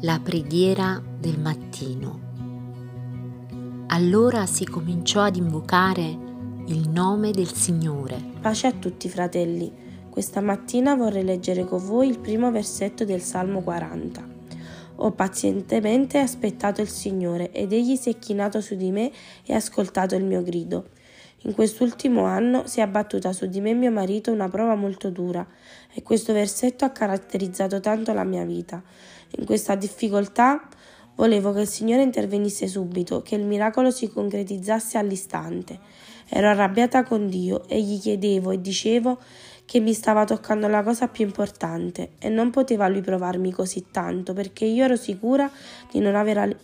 La preghiera del mattino. Allora si cominciò ad invocare il nome del Signore. Pace a tutti, fratelli. Questa mattina vorrei leggere con voi il primo versetto del Salmo 40. Ho pazientemente aspettato il Signore ed Egli si è chinato su di me e ha ascoltato il mio grido. In quest'ultimo anno si è abbattuta su di me e mio marito una prova molto dura e questo versetto ha caratterizzato tanto la mia vita. In questa difficoltà volevo che il Signore intervenisse subito, che il miracolo si concretizzasse all'istante. Ero arrabbiata con Dio e gli chiedevo e dicevo che mi stava toccando la cosa più importante e non poteva lui provarmi così tanto perché io ero sicura di non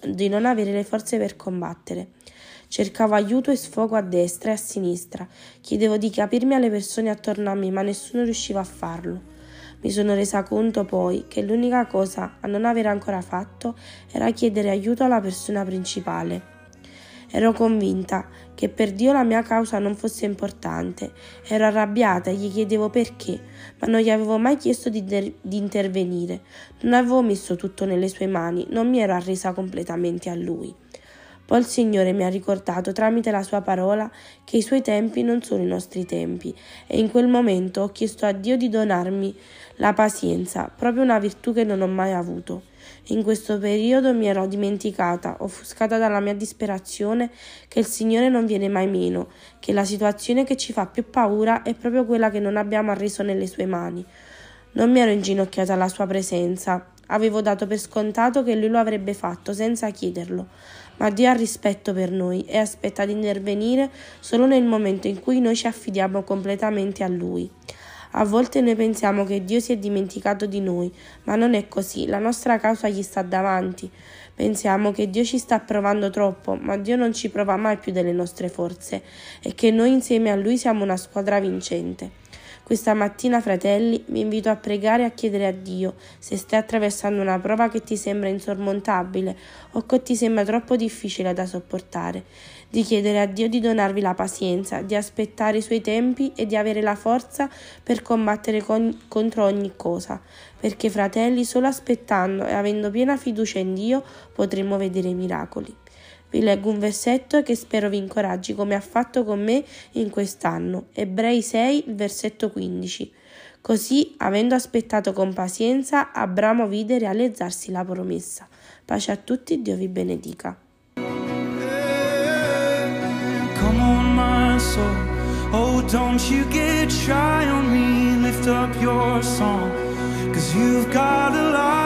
avere le forze per combattere. Cercavo aiuto e sfogo a destra e a sinistra, chiedevo di capirmi alle persone attorno a me ma nessuno riusciva a farlo. Mi sono resa conto poi che l'unica cosa a non avere ancora fatto era chiedere aiuto alla persona principale. Ero convinta che per Dio la mia causa non fosse importante, ero arrabbiata e gli chiedevo perché, ma non gli avevo mai chiesto di intervenire, non avevo messo tutto nelle sue mani, non mi ero arresa completamente a lui. Poi il Signore mi ha ricordato tramite la sua parola che i suoi tempi non sono i nostri tempi e in quel momento ho chiesto a Dio di donarmi la pazienza, proprio una virtù che non ho mai avuto. In questo periodo mi ero dimenticata, offuscata dalla mia disperazione, che il Signore non viene mai meno, che la situazione che ci fa più paura è proprio quella che non abbiamo arreso nelle sue mani. Non mi ero inginocchiata alla sua presenza, avevo dato per scontato che lui lo avrebbe fatto senza chiederlo, ma Dio ha rispetto per noi e aspetta di intervenire solo nel momento in cui noi ci affidiamo completamente a Lui. A volte noi pensiamo che Dio si è dimenticato di noi, ma non è così, la nostra causa gli sta davanti. Pensiamo che Dio ci sta provando troppo, ma Dio non ci prova mai più delle nostre forze e che noi insieme a Lui siamo una squadra vincente. Questa mattina, fratelli, vi invito a pregare e a chiedere a Dio se stai attraversando una prova che ti sembra insormontabile o che ti sembra troppo difficile da sopportare, di chiedere a Dio di donarvi la pazienza, di aspettare i suoi tempi e di avere la forza per combattere contro ogni cosa, perché fratelli, solo aspettando e avendo piena fiducia in Dio potremo vedere i miracoli. Vi leggo un versetto che spero vi incoraggi come ha fatto con me in quest'anno. Ebrei 6, il versetto 15. Così, avendo aspettato con pazienza, Abramo vide realizzarsi la promessa. Pace a tutti, Dio vi benedica. Come on, my soul. Oh, don't you get shy on me. Lift up your song, 'cause you've got a lot